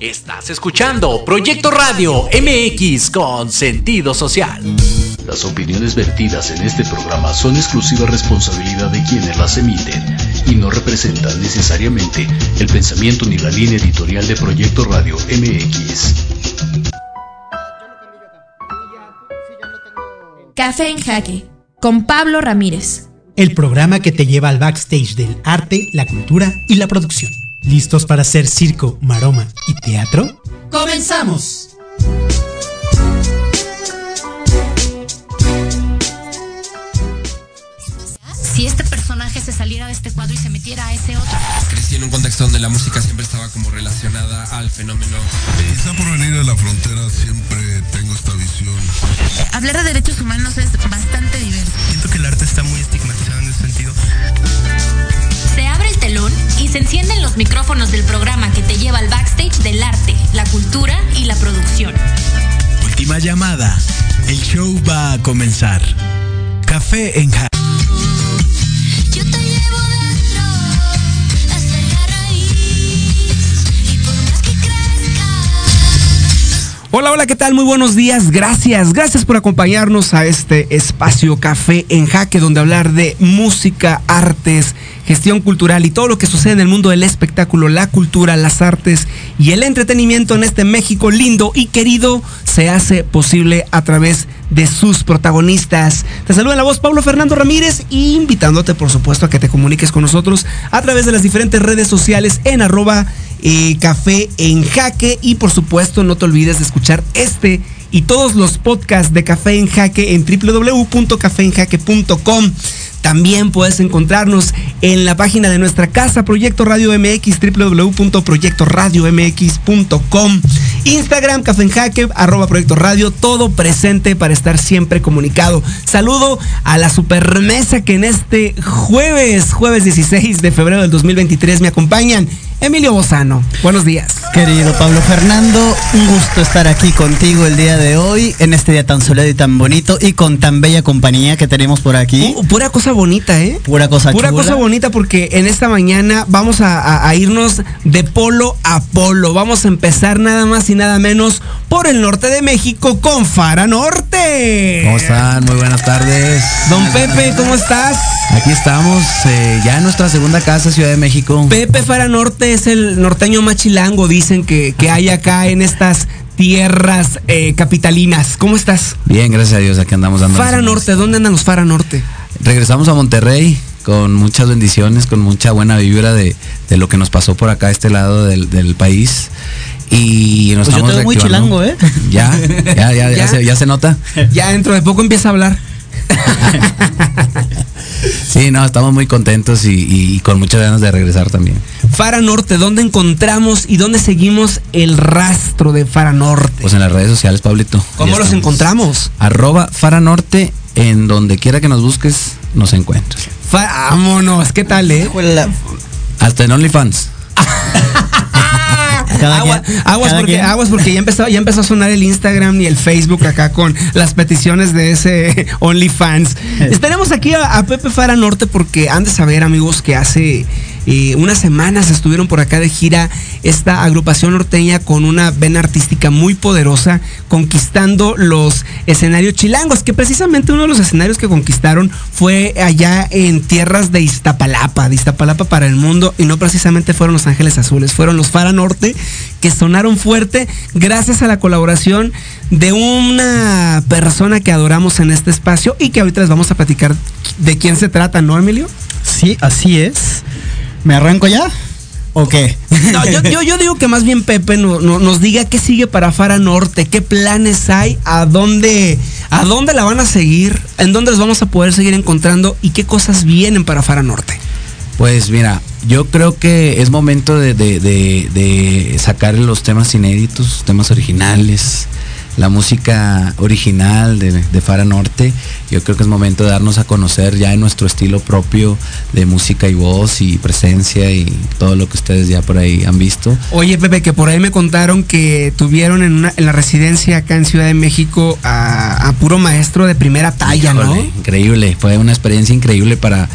Estás escuchando Proyecto Radio MX con sentido social. Las opiniones vertidas en este programa son exclusiva responsabilidad de quienes las emiten y no representan necesariamente el pensamiento ni la línea editorial de Proyecto Radio MX. Café en Jaque, con Pablo Ramírez. El programa que te lleva al backstage del arte, la cultura y la producción. ¿Listos para hacer circo, maroma y teatro? ¡Comenzamos! Si este personaje se saliera de este cuadro y se metiera a ese otro. Crecí en un contexto donde la música siempre estaba como relacionada al fenómeno. Quizá por venir de la frontera siempre tengo esta visión. Hablar de derechos humanos es bastante diverso. Siento que el arte está muy estigmatizado en ese sentido. Se abre el telón y se encienden los micrófonos del programa que te lleva al backstage del arte, la cultura y la producción. Última llamada. El show va a comenzar. Café en Jaque. Yo te llevo dentro hasta la raíz y por más que crezcas. Hola, hola, ¿qué tal? Muy buenos días, gracias por acompañarnos a este espacio Café en Jaque, donde hablar de música, artes, gestión cultural y todo lo que sucede en el mundo del espectáculo, la cultura, las artes y el entretenimiento en este México lindo y querido se hace posible a través de sus protagonistas. Te saluda en la voz Pablo Fernando Ramírez, invitándote por supuesto a que te comuniques con nosotros a través de las diferentes redes sociales en @Café en Jaque, y por supuesto no te olvides de escuchar este y todos los podcasts de Café en Jaque en www.cafeenjaque.com. También puedes encontrarnos en la página de nuestra casa, Proyecto Radio MX, www.proyectoradiomx.com. Instagram, Café en Jaque, @Proyecto Radio, todo presente para estar siempre comunicado. Saludo a la supermesa que en este jueves 16 de febrero del 2023 me acompañan. Emilio Bozano, buenos días. Querido Pablo Fernando, un gusto estar aquí contigo el día de hoy, en este día tan soleado y tan bonito y con tan bella compañía que tenemos por aquí. Pura cosa bonita, ¿eh? Pura cosa bonita, porque en esta mañana vamos a irnos de polo a polo. Vamos a empezar nada más y nada menos por el norte de México con Fara Norte. ¿Cómo están? Muy buenas tardes. Don Pepe, ¿cómo estás? Aquí estamos, ya en nuestra segunda casa, Ciudad de México. Pepe Fara Norte es el norteño más chilango, dicen que hay acá en estas tierras capitalinas. ¿Cómo estás? Bien, gracias a Dios, aquí andamos dando. Fara Norte, ¿dónde andan los Fara Norte? Regresamos a Monterrey con muchas bendiciones, con mucha buena vibra de lo que nos pasó por acá, este lado del país. Y nos pues estamos yo te veo muy chilango, ¿eh? Ya se nota. Ya dentro de poco empieza a hablar. Sí, no, estamos muy contentos y con muchas ganas de regresar también. Fara Norte, ¿dónde encontramos y dónde seguimos el rastro de Fara Norte? Pues en las redes sociales, Pablito. ¿Cómo los encontramos? @Fara Norte, en donde quiera que nos busques, nos encuentras. Vámonos, ¿qué tal, Hasta en OnlyFans. Aguas porque ya empezó a sonar el Instagram y el Facebook acá con las peticiones de ese OnlyFans. Tenemos aquí a Pepe Fara Norte porque han de saber, amigos, que hace unas semanas estuvieron por acá de gira esta agrupación norteña con una vena artística muy poderosa, conquistando los escenarios chilangos, que precisamente uno de los escenarios que conquistaron fue allá en tierras de Iztapalapa para el mundo, y no precisamente fueron Los Ángeles Azules, fueron los Fara Norte, que sonaron fuerte gracias a la colaboración de una persona que adoramos en este espacio y que ahorita les vamos a platicar de quién se trata, ¿no, Emilio? Sí, así es. ¿Me arranco ya? ¿O qué? No, yo digo que más bien Pepe nos diga qué sigue para Fara Norte, qué planes hay, a dónde la van a seguir, en dónde los vamos a poder seguir encontrando y qué cosas vienen para Fara Norte. Pues mira, yo creo que es momento de sacar los temas inéditos, temas originales, la música original de Fara Norte. Yo creo que es momento de darnos a conocer ya en nuestro estilo propio de música y voz y presencia y todo lo que ustedes ya por ahí han visto. Oye, Pepe, que por ahí me contaron que tuvieron en la residencia acá en Ciudad de México a puro maestro de primera talla. Híjole, ¿no? Increíble, fue una experiencia increíble para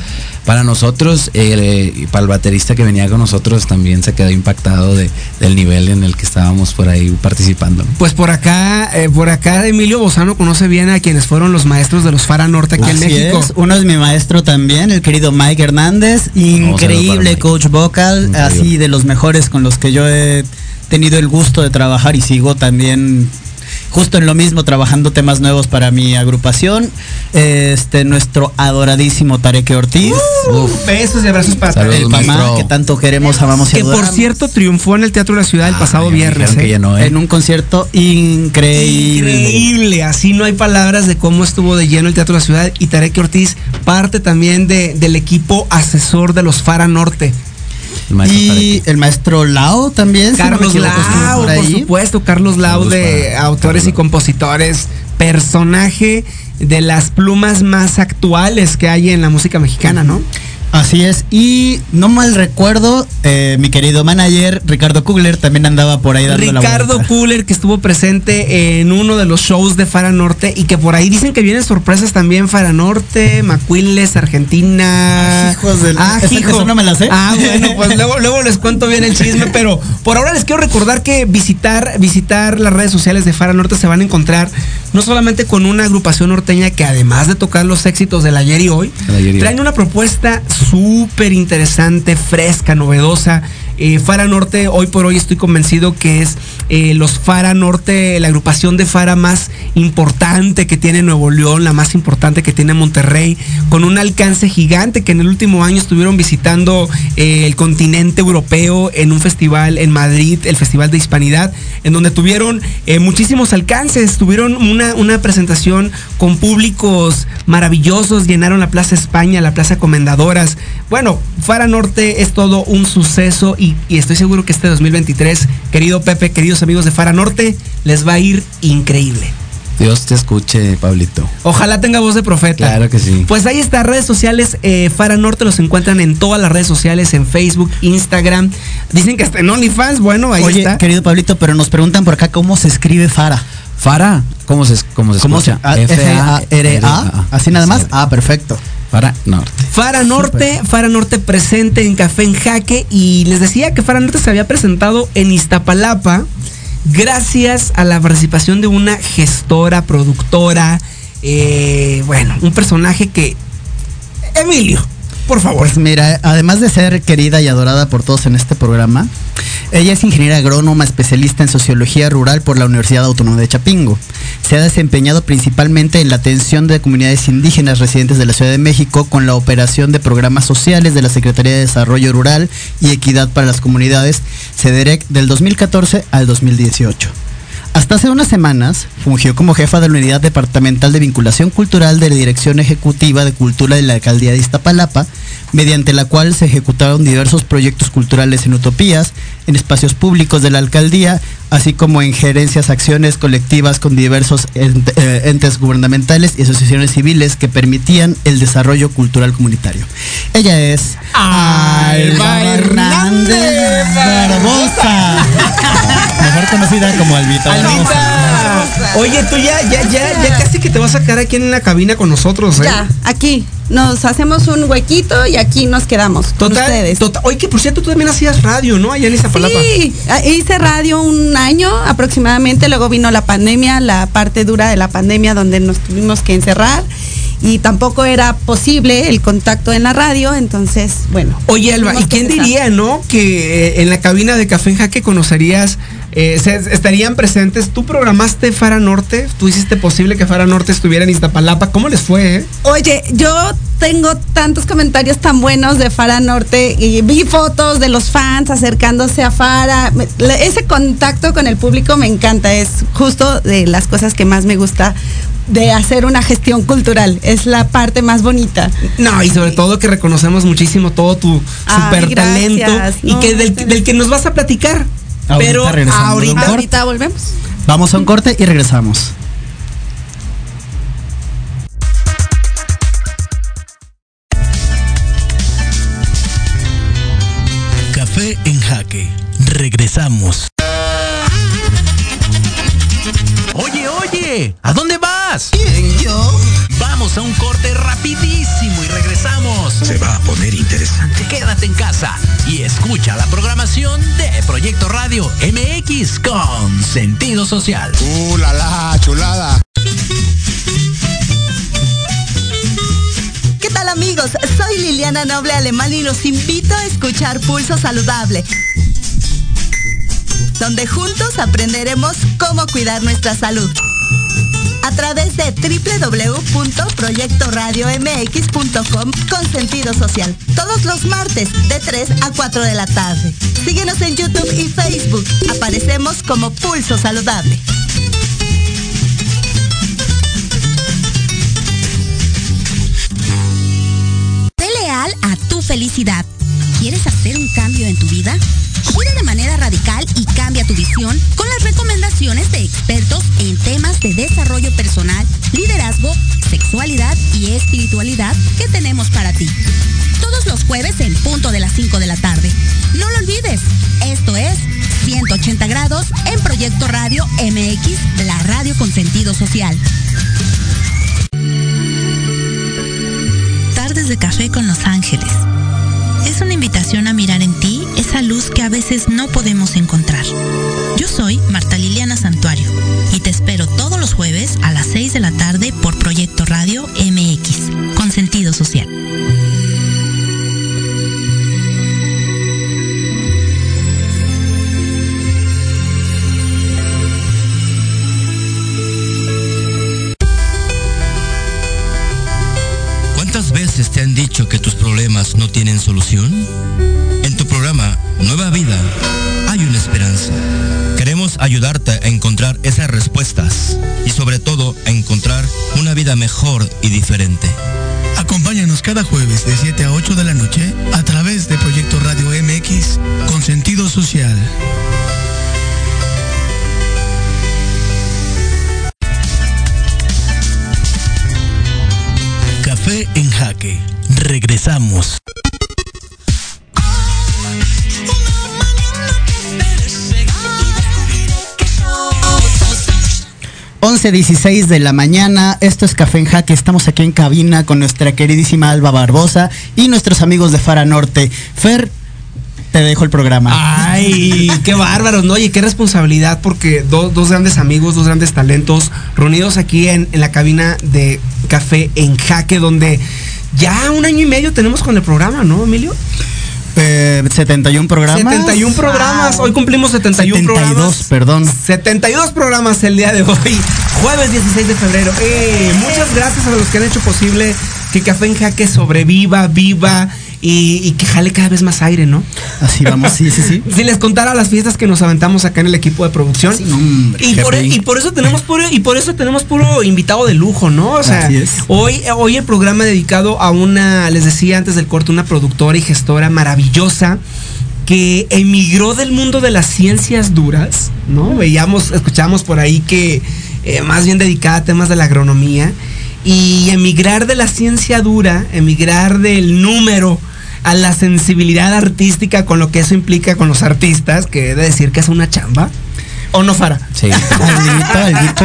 para nosotros, para el baterista que venía con nosotros, también se quedó impactado del nivel en el que estábamos por ahí participando. Pues por acá Emilio Bozano conoce bien a quienes fueron los maestros de los Fara Norte aquí en México. Uno es mi maestro también, el querido Mike Hernández, increíble coach vocal, así de los mejores con los que yo he tenido el gusto de trabajar y sigo también justo en lo mismo, trabajando temas nuevos para mi agrupación. Nuestro adoradísimo Tarek Ortiz. Besos y abrazos para Tarek, el mamá que tanto queremos, amamos y adoramos. Que por cierto triunfó en el Teatro de la Ciudad el pasado viernes. En un concierto increíble. Así no hay palabras de cómo estuvo de lleno el Teatro de la Ciudad. Y Tarek Ortiz, parte también del equipo asesor de los Fara Norte. El maestro Lau también. Carlos Lau, por supuesto, Carlos Lau de Autores y Compositores, personaje de las plumas más actuales que hay en la música mexicana, ¿no? Así es, y no mal recuerdo, mi querido manager Ricardo Kugler también andaba por ahí dando la vuelta. Ricardo Kugler, que estuvo presente en uno de los shows de Fara Norte y que por ahí dicen que vienen sorpresas también. Fara Norte, Macuiles, Argentina. Hijos del... Eso no me la sé. Bueno, pues luego les cuento bien el chisme, pero por ahora les quiero recordar que visitar las redes sociales de Fara Norte se van a encontrar no solamente con una agrupación norteña que además de tocar los éxitos del ayer y hoy, traen una propuesta súper interesante, fresca, novedosa. Fara Norte, hoy por hoy estoy convencido que es los Fara Norte, la agrupación de Fara más importante que tiene Nuevo León, la más importante que tiene Monterrey, con un alcance gigante, que en el último año estuvieron visitando el continente europeo en un festival en Madrid, el Festival de Hispanidad, en donde tuvieron muchísimos alcances, tuvieron una presentación con públicos maravillosos, llenaron la Plaza España, la Plaza Comendadoras. Bueno, Fara Norte es todo un suceso y estoy seguro que este 2023, querido Pepe, queridos amigos de Fara Norte, les va a ir increíble. Dios te escuche, Pablito. Ojalá tenga voz de profeta. Claro que sí. Pues ahí está, redes sociales, Fara Norte los encuentran en todas las redes sociales, en Facebook, Instagram. Dicen que hasta en OnlyFans, bueno, ahí está. Oye, querido Pablito, pero nos preguntan por acá cómo se escribe Fara. Fara, ¿cómo se escucha? F-A-R-A, así nada más. Ah, perfecto. Fara Norte. Fara Norte presente en Café en Jaque, y les decía que Fara Norte se había presentado en Iztapalapa gracias a la participación de una gestora, productora, un personaje que... Emilio, por favor. Pues mira, además de ser querida y adorada por todos en este programa, ella es ingeniera agrónoma, especialista en sociología rural por la Universidad Autónoma de Chapingo. Se ha desempeñado principalmente en la atención de comunidades indígenas residentes de la Ciudad de México con la operación de programas sociales de la Secretaría de Desarrollo Rural y Equidad para las Comunidades, SEDEREC, del 2014 al 2018. Hasta hace unas semanas fungió como jefa de la Unidad Departamental de Vinculación Cultural de la Dirección Ejecutiva de Cultura de la Alcaldía de Iztapalapa, mediante la cual se ejecutaron diversos proyectos culturales en utopías, en espacios públicos de la alcaldía, así como en gerencias, acciones colectivas con diversos entes gubernamentales y asociaciones civiles que permitían el desarrollo cultural comunitario. Ella es Alba Hernández Barbosa, mejor conocida como Albita Barbosa. Oye, tú ya casi que te vas a quedar aquí en la cabina con nosotros, ¿eh? Ya, aquí. Nos hacemos un huequito y aquí nos quedamos con ustedes. Oye, que por cierto, tú también hacías radio, ¿no? Allá en Iztapalapa. Sí, hice radio un año aproximadamente, luego vino la pandemia, la parte dura de la pandemia donde nos tuvimos que encerrar y tampoco era posible el contacto en la radio, entonces, bueno. Oye, Alba, ¿y quién diría, no? Que en la cabina de Café en Jaque conocerías... estarían presentes. Tú programaste Fara Norte, tú hiciste posible que Fara Norte estuviera en Iztapalapa. ¿Cómo les fue? Oye, yo tengo tantos comentarios tan buenos de Fara Norte y vi fotos de los fans acercándose a Fara. Ese contacto con el público me encanta, es justo de las cosas que más me gusta de hacer una gestión cultural, es la parte más bonita. No, y sobre todo que reconocemos muchísimo todo tu super talento y que del que nos vas a platicar. Pero ahorita volvemos. Vamos a un corte y regresamos. Café en Jaque. Regresamos. Oye, ¿a dónde vas? ¿Quién, yo? Vamos a un corte rapidísimo y regresamos. se va a poner interesante. Quédate en casa y escucha la programación de Proyecto Radio MX con sentido social. La chulada. ¿Qué tal, amigos? Soy Liliana Noble Alemán y los invito a escuchar Pulso Saludable, donde juntos aprenderemos cómo cuidar nuestra salud. A través de www.proyectoradiomx.com con sentido social. Todos los martes de 3 a 4 de la tarde. Síguenos en YouTube y Facebook. Aparecemos como Pulso Saludable. Sé leal a tu felicidad. ¿Quieres hacer un cambio en tu vida? Gira de manera radical y cambia tu visión con las recomendaciones de expertos en temas de desarrollo personal, liderazgo, sexualidad y espiritualidad que tenemos para ti. Todos los jueves en punto de las 5 de la tarde. No lo olvides, esto es 180 grados en Proyecto Radio MX, la radio con sentido social. Tardes de café con Los Ángeles. Es una invitación a mirar en ti esa luz que a veces no podemos encontrar. Yo soy Marta Liliana Santuario y te espero todos los jueves a las 6 de la tarde por Proyecto Radio MX, con sentido social. ¿Cuántas veces te han dicho que tus problemas no tienen solución? En tu programa Nueva Vida hay una esperanza. Queremos ayudarte a encontrar esas respuestas y sobre todo a encontrar una vida mejor y diferente. Acompáñanos cada jueves de 7 a 8 de la noche a través de Proyecto Radio MX con sentido social. Café en Jaque. Regresamos. 11:16 de la mañana, esto es Café en Jaque, estamos aquí en cabina con nuestra queridísima Alba Barbosa y nuestros amigos de Fara Norte. Fer, te dejo el programa. Ay, qué bárbaros, ¿no? Oye, qué responsabilidad, porque dos grandes amigos, dos grandes talentos reunidos aquí en la cabina de Café en Jaque, donde ya 1 año y medio tenemos con el programa, ¿no, Emilio? 71 programas. 71 programas. Hoy cumplimos 71 72, programas. perdón. 72 programas el día de hoy. Jueves 16 de febrero. Muchas gracias a los que han hecho posible que Café en Jaque sobreviva, viva y que jale cada vez más aire, ¿no? Así vamos, sí. Si les contara las fiestas que nos aventamos acá en el equipo de producción. Sí, hombre, y por eso tenemos puro invitado de lujo, ¿no? O sea, hoy el programa dedicado a una, les decía antes del corte, una productora y gestora maravillosa que emigró del mundo de las ciencias duras, ¿no? Escuchábamos por ahí que más bien dedicada a temas de la agronomía, y emigrar de la ciencia dura, emigrar del número a la sensibilidad artística, con lo que eso implica con los artistas, que he de decir que es una chamba. ¿O no, Fara? Sí. Alguito.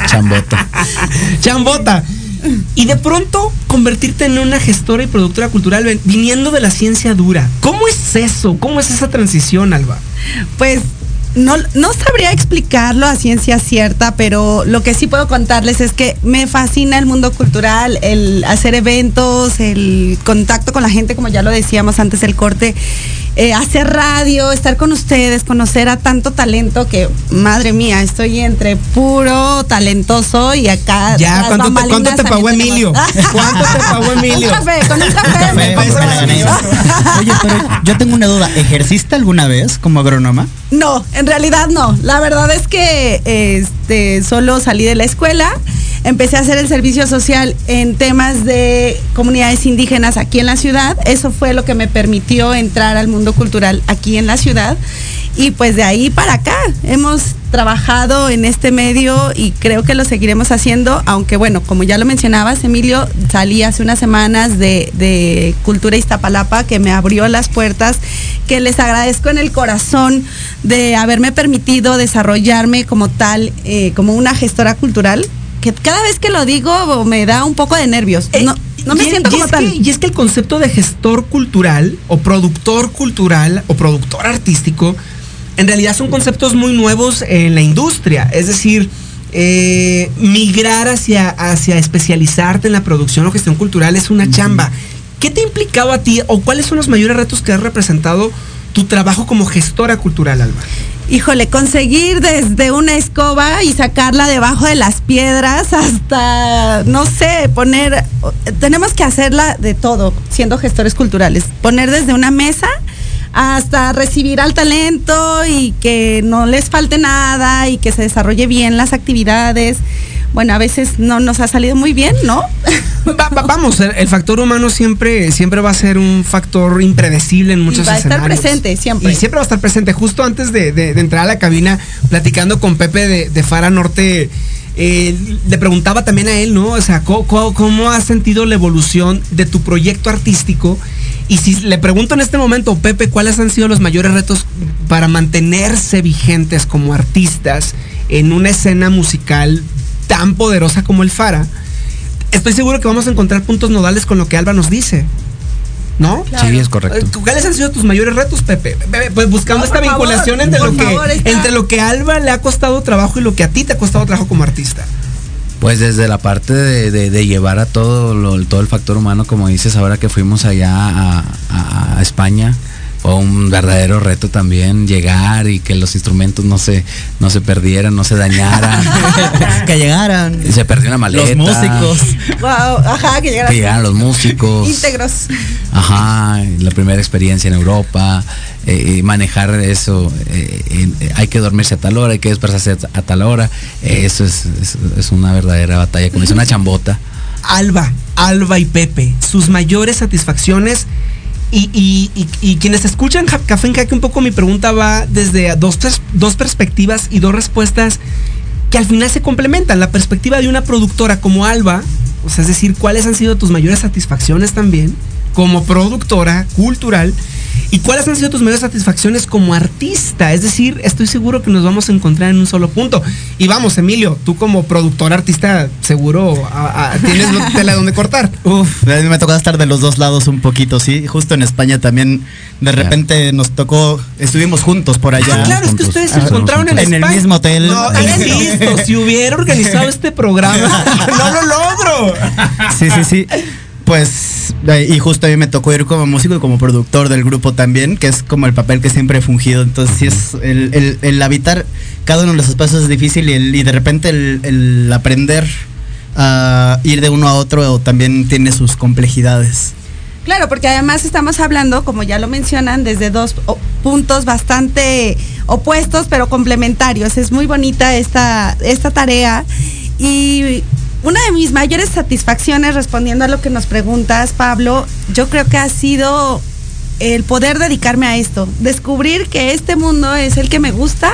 Chambota. Y de pronto convertirte en una gestora y productora cultural viniendo de la ciencia dura. ¿Cómo es eso? ¿Cómo es esa transición, Alba? Pues no sabría explicarlo a ciencia cierta, pero lo que sí puedo contarles es que me fascina el mundo cultural, el hacer eventos, el contacto con la gente, como ya lo decíamos antes del corte, hacer radio, estar con ustedes, conocer a tanto talento que, madre mía, estoy entre puro talentoso y acá. Ya, ¿cuánto te pagó Emilio? ¿Cuánto te pagó Emilio? Con un café. Oye, pero yo tengo una duda, ¿ejerciste alguna vez como agrónoma? No, en realidad no. La verdad es que solo salí de la escuela, empecé a hacer el servicio social en temas de comunidades indígenas aquí en la ciudad. Eso fue lo que me permitió entrar al mundo cultural aquí en la ciudad. Y pues de ahí para acá hemos trabajado en este medio y creo que lo seguiremos haciendo, aunque bueno, como ya lo mencionabas, Emilio, salí hace unas semanas de Cultura Iztapalapa, que me abrió las puertas, que les agradezco en el corazón de haberme permitido desarrollarme como tal, como una gestora cultural, que cada vez que lo digo me da un poco de nervios. No me siento como tal. Y es que el concepto de gestor cultural o productor artístico en realidad son conceptos muy nuevos en la industria. Es decir, migrar hacia especializarte en la producción o gestión cultural es una chamba. ¿Qué te ha implicado a ti o cuáles son los mayores retos que has representado tu trabajo como gestora cultural, Alba? Híjole, conseguir desde una escoba y sacarla debajo de las piedras hasta, no sé, tenemos que hacerla de todo, siendo gestores culturales. Poner desde una mesa hasta recibir al talento y que no les falte nada y que se desarrolle bien las actividades. Bueno, a veces no nos ha salido muy bien, ¿no? Vamos, el factor humano siempre va a ser un factor impredecible en muchos escenarios. Va a estar presente siempre. Y siempre va a estar presente. Justo antes de entrar a la cabina, platicando con Pepe de Fara Norte, le preguntaba también a él, ¿no? O sea, ¿cómo has sentido la evolución de tu proyecto artístico? Y si le pregunto en este momento, Pepe, ¿cuáles han sido los mayores retos para mantenerse vigentes como artistas en una escena musical tan poderosa como el Fara? Estoy seguro que vamos a encontrar puntos nodales con lo que Alba nos dice, ¿no? Claro. Sí, es correcto. ¿Cuáles han sido tus mayores retos, Pepe? Pues buscando esta vinculación entre lo que a Alba le ha costado trabajo y lo que a ti te ha costado trabajo como artista. Pues desde la parte de llevar a todo el factor humano, como dices, ahora que fuimos allá a España, fue un verdadero reto también llegar y que los instrumentos no se perdieran, no se dañaran. Que llegaran. Y se perdió una maleta. Los músicos. Wow, ajá, que llegaran los músicos. Íntegros. Ajá, la primera experiencia en Europa, manejar eso, hay que dormirse a tal hora, hay que despertarse a tal hora. Eso es una verdadera batalla, como es una chambota. Alba y Pepe, sus mayores satisfacciones. Y quienes escuchan Café en Jaque, un poco mi pregunta va desde dos perspectivas y dos respuestas que al final se complementan. La perspectiva de una productora como Alba, o sea, es decir, ¿cuáles han sido tus mayores satisfacciones también como productora cultural? ¿Y cuáles han sido tus mayores satisfacciones como artista? Es decir, estoy seguro que nos vamos a encontrar en un solo punto. Y vamos, Emilio, tú como productor artista, seguro tienes tela donde cortar. Uf, a mí me tocó estar de los dos lados un poquito, sí. Justo en España también, de repente nos tocó, estuvimos juntos por allá. Ah, claro, es que ustedes se encontraron en el mismo hotel. No, insisto, si hubiera organizado este programa, no lo logro. Sí. Pues, y justo a mí me tocó ir como músico y como productor del grupo también, que es como el papel que siempre he fungido. Entonces, sí, es el habitar cada uno de los espacios es difícil y de repente el aprender a ir de uno a otro también tiene sus complejidades. Claro, porque además estamos hablando, como ya lo mencionan, desde dos puntos bastante opuestos, pero complementarios. Es muy bonita esta tarea y una de mis mayores satisfacciones, respondiendo a lo que nos preguntas, Pablo, yo creo que ha sido el poder dedicarme a esto, descubrir que este mundo es el que me gusta,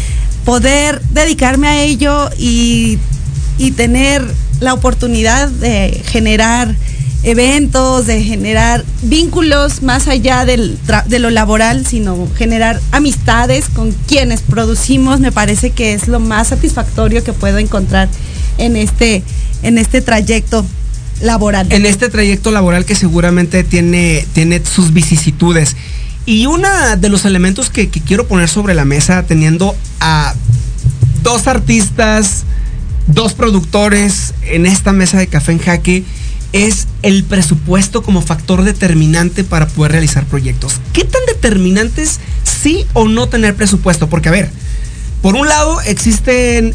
poder dedicarme a ello y tener la oportunidad de generar eventos, de generar vínculos más allá de lo laboral, sino generar amistades con quienes producimos. Me parece que es lo más satisfactorio que puedo encontrar en este trayecto laboral. En este trayecto laboral que seguramente tiene sus vicisitudes. Y uno de los elementos que quiero poner sobre la mesa, teniendo a dos artistas, dos productores en esta mesa de Café en Jaque, es el presupuesto como factor determinante para poder realizar proyectos. ¿Qué tan determinantes sí o no tener presupuesto? Porque, a ver, por un lado existen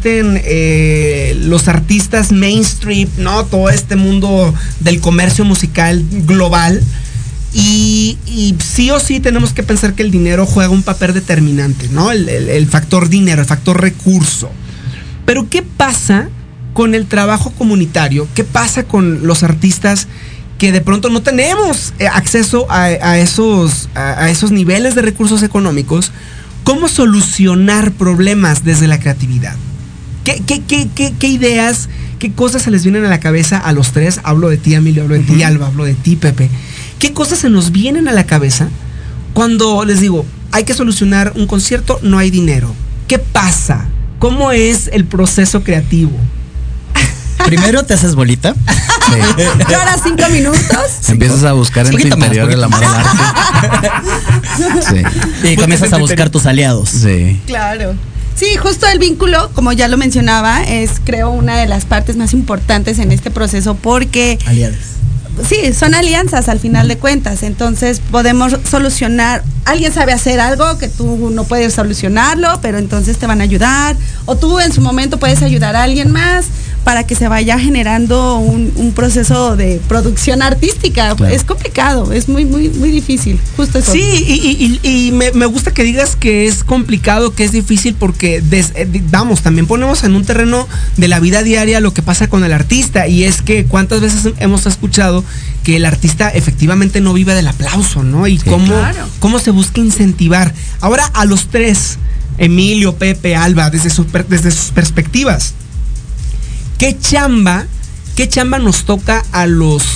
los artistas mainstream, ¿no? Todo este mundo del comercio musical global. Y sí o sí tenemos que pensar que el dinero juega un papel determinante, ¿no? El factor dinero, el factor recurso. Pero ¿qué pasa con el trabajo comunitario? ¿Qué pasa con los artistas que de pronto no tenemos acceso a esos niveles de recursos económicos? ¿Cómo solucionar problemas desde la creatividad? ¿Qué ideas, qué cosas se les vienen a la cabeza a los tres? Hablo de ti, Emilio, hablo de ti, Alba, hablo de ti, Pepe. ¿Qué cosas se nos vienen a la cabeza cuando les digo, hay que solucionar un concierto, no hay dinero? ¿Qué pasa? ¿Cómo es el proceso creativo? Primero te haces bolita. Cada 5 minutos. Empiezas a buscar en tu interior el amor al arte. Sí. Y comienzas a buscar tus aliados. Sí. Claro. Sí, justo el vínculo, como ya lo mencionaba, es creo una de las partes más importantes en este proceso porque... Aliados. Sí, son alianzas al final de cuentas, entonces podemos solucionar, alguien sabe hacer algo que tú no puedes solucionarlo, pero entonces te van a ayudar, o tú en su momento puedes ayudar a alguien más para que se vaya generando un proceso de producción artística. Claro. Es complicado, es muy difícil, justo eso. Sí, y me gusta que digas que es complicado, que es difícil, porque también ponemos en un terreno de la vida diaria lo que pasa con el artista, y es que cuántas veces hemos escuchado que el artista efectivamente no vive del aplauso, ¿no? Y sí, cómo se busca incentivar. Ahora a los tres, Emilio, Pepe, Alba, desde sus perspectivas, ¿qué chamba nos toca a los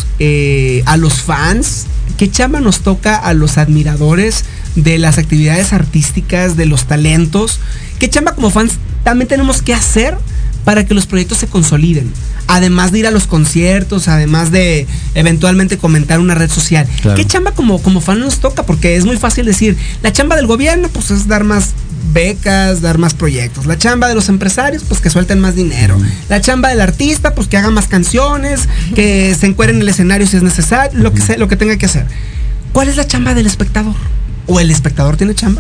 fans? ¿Qué chamba nos toca a los admiradores de las actividades artísticas, de los talentos? ¿Qué chamba como fans también tenemos que hacer para que los proyectos se consoliden? Además de ir a los conciertos, además de eventualmente comentar una red social. Claro. ¿Qué chamba como fan nos toca? Porque es muy fácil decir, la chamba del gobierno pues es dar más becas, dar más proyectos. La chamba de los empresarios, pues que suelten más dinero. La chamba del artista, pues que haga más canciones, que se encuere en el escenario si es necesario, lo que tenga que hacer. ¿Cuál es la chamba del espectador? ¿O el espectador tiene chamba?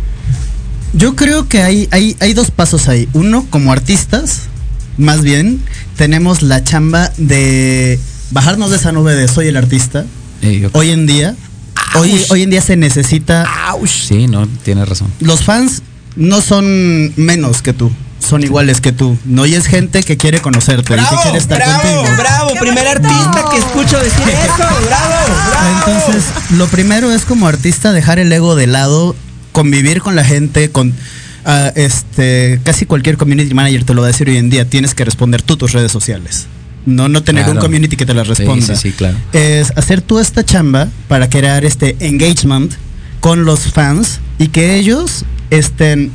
Yo creo que hay dos pasos ahí. Uno, como artistas, más bien, tenemos la chamba de bajarnos de esa nube de soy el artista. Hoy en día, hoy en día se necesita. Sí, no, tienes razón. Los fans no son menos que tú, son iguales que tú. No, y es gente que quiere conocerte, y que quiere estar contigo. Bravo, primer artista que escucho decir eso, bravo. Entonces, lo primero es como artista dejar el ego de lado, convivir con la gente, con casi cualquier community manager te lo va a decir hoy en día, tienes que responder tú tus redes sociales. No tener un community que te las responda. Sí, claro. Es hacer tú esta chamba para crear este engagement con los fans y que ellos estén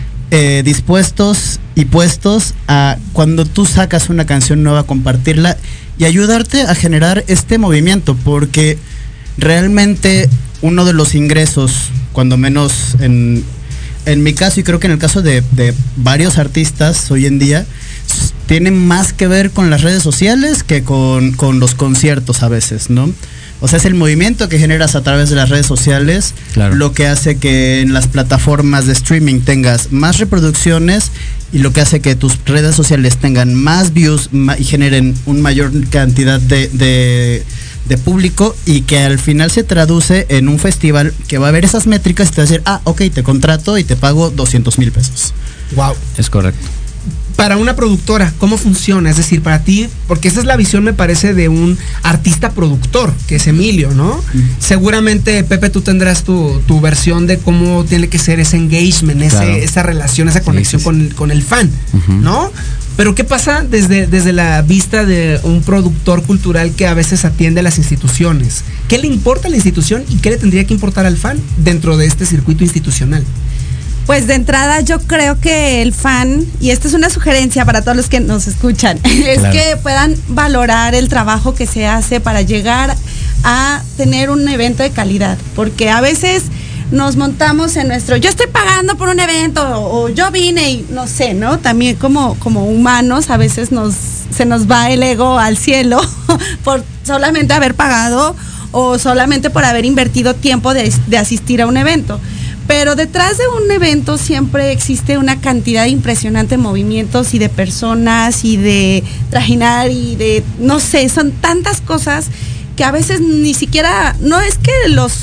dispuestos y puestos a, cuando tú sacas una canción nueva, compartirla y ayudarte a generar este movimiento, porque realmente uno de los ingresos, cuando menos en mi caso, y creo que en el caso de varios artistas hoy en día, tienen más que ver con las redes sociales que con los conciertos a veces, ¿no? O sea, es el movimiento que generas a través de las redes sociales, claro, lo que hace que en las plataformas de streaming tengas más reproducciones y lo que hace que tus redes sociales tengan más views y generen una mayor cantidad de público, y que al final se traduce en un festival que va a ver esas métricas y te va a decir, ok, te contrato y te pago 200,000 pesos. Wow. Es correcto. Para una productora, ¿cómo funciona? Es decir, para ti, porque esa es la visión, me parece, de un artista productor, que es Emilio, ¿no? Seguramente, Pepe, tú tendrás tu versión de cómo tiene que ser ese engagement, claro, esa relación, esa conexión con el fan, ¿no? Pero ¿qué pasa desde la vista de un productor cultural que a veces atiende a las instituciones? ¿Qué le importa a la institución y qué le tendría que importar al fan dentro de este circuito institucional? Pues de entrada yo creo que el fan, y esta es una sugerencia para todos los que nos escuchan, es claro, que puedan valorar el trabajo que se hace para llegar a tener un evento de calidad, porque a veces nos montamos en nuestro, yo estoy pagando por un evento, o yo vine y no sé, ¿no? También como humanos a veces se nos va el ego al cielo por solamente haber pagado o solamente por haber invertido tiempo de asistir a un evento. Pero detrás de un evento siempre existe una cantidad impresionante de movimientos y de personas y de trajinar y de, no sé, son tantas cosas que a veces ni siquiera, no es que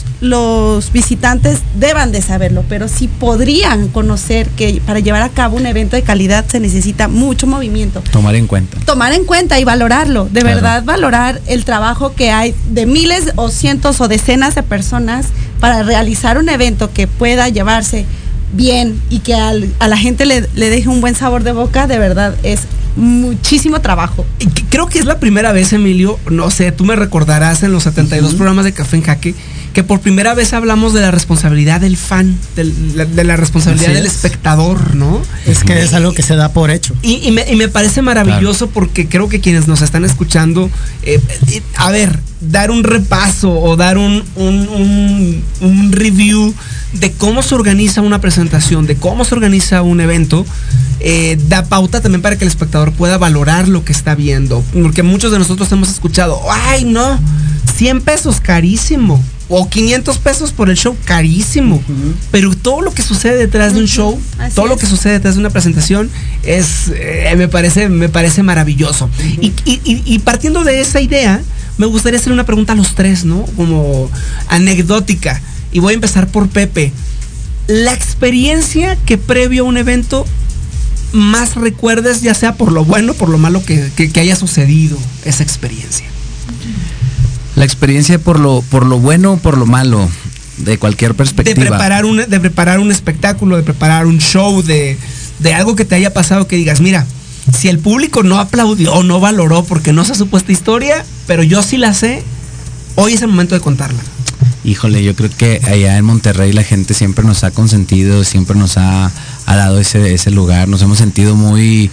los visitantes deban de saberlo, pero sí podrían conocer que para llevar a cabo un evento de calidad se necesita mucho movimiento. Tomar en cuenta y valorarlo, de claro, verdad valorar el trabajo que hay de miles o cientos o decenas de personas para realizar un evento que pueda llevarse bien y que a la gente le deje un buen sabor de boca. De verdad es muchísimo trabajo. Y creo que es la primera vez, Emilio, no sé, tú me recordarás en los 72 programas de Café en Jaque, que por primera vez hablamos de la responsabilidad del fan, de la responsabilidad del espectador, ¿no? Es que es algo que se da por hecho. Y me parece maravilloso, claro, porque creo que quienes nos están escuchando, a ver, dar un repaso o dar un review de cómo se organiza una presentación, de cómo se organiza un evento, da pauta también para que el espectador pueda valorar lo que está viendo. Porque muchos de nosotros hemos escuchado, ¡ay, no! 100 pesos, carísimo. O 500 pesos por el show, carísimo. Pero todo lo que sucede detrás de un show, todo lo que sucede detrás de una presentación es, me parece maravilloso. Y partiendo de esa idea, me gustaría hacer una pregunta a los tres, ¿no? Como anecdótica. Y voy a empezar por Pepe. La experiencia que previo a un evento más recuerdes, ya sea por lo bueno, por lo malo que haya sucedido esa experiencia. La experiencia por lo bueno o por lo malo, de cualquier perspectiva. De preparar un espectáculo, de preparar un show, de algo que te haya pasado que digas, mira, si el público no aplaudió o no valoró porque no se supo esta historia, pero yo sí la sé, hoy es el momento de contarla. Híjole, yo creo que allá en Monterrey la gente siempre nos ha consentido, siempre nos ha dado ese lugar, nos hemos sentido muy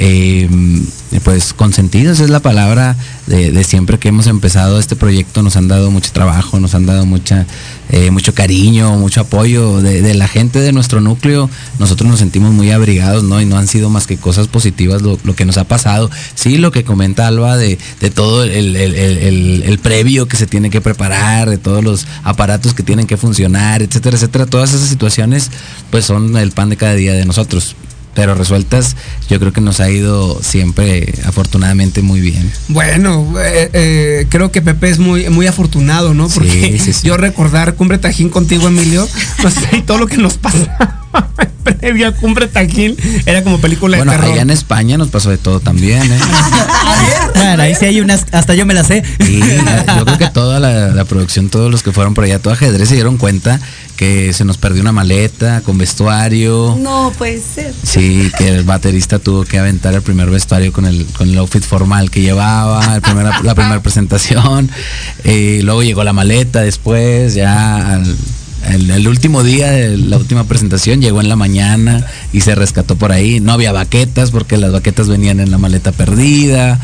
pues consentidos, es la palabra de siempre que hemos empezado este proyecto. Nos han dado mucho trabajo, nos han dado mucho cariño, mucho apoyo de la gente de nuestro núcleo. Nosotros nos sentimos muy abrigados, ¿no? Y no han sido más que cosas positivas lo que nos ha pasado. Sí, lo que comenta Alba de todo el previo que se tiene que preparar, de todos los aparatos que tienen que funcionar, etcétera, etcétera. Todas esas situaciones pues son el pan de cada día de nosotros. Pero resueltas, yo creo que nos ha ido siempre, afortunadamente, muy bien. Bueno, creo que Pepe es muy afortunado, ¿no? Porque sí. Yo recordar Cumbre Tajín contigo, Emilio, no sé, y todo lo que nos pasa previo a Cumbre Tajín era como película de terror. Bueno, allá en España nos pasó de todo también, ¿eh? Claro, ahí sí hay unas, hasta yo me las sé. Sí, yo creo que toda la producción, todos los que fueron por allá, todo ajedrez, se dieron cuenta que se nos perdió una maleta con vestuario. No puede ser. Sí, que el baterista tuvo que aventar el primer vestuario con el outfit formal que llevaba, la primera presentación. Luego llegó la maleta después, ya el último día de la última presentación llegó en la mañana y se rescató por ahí. No había baquetas porque las baquetas venían en la maleta perdida.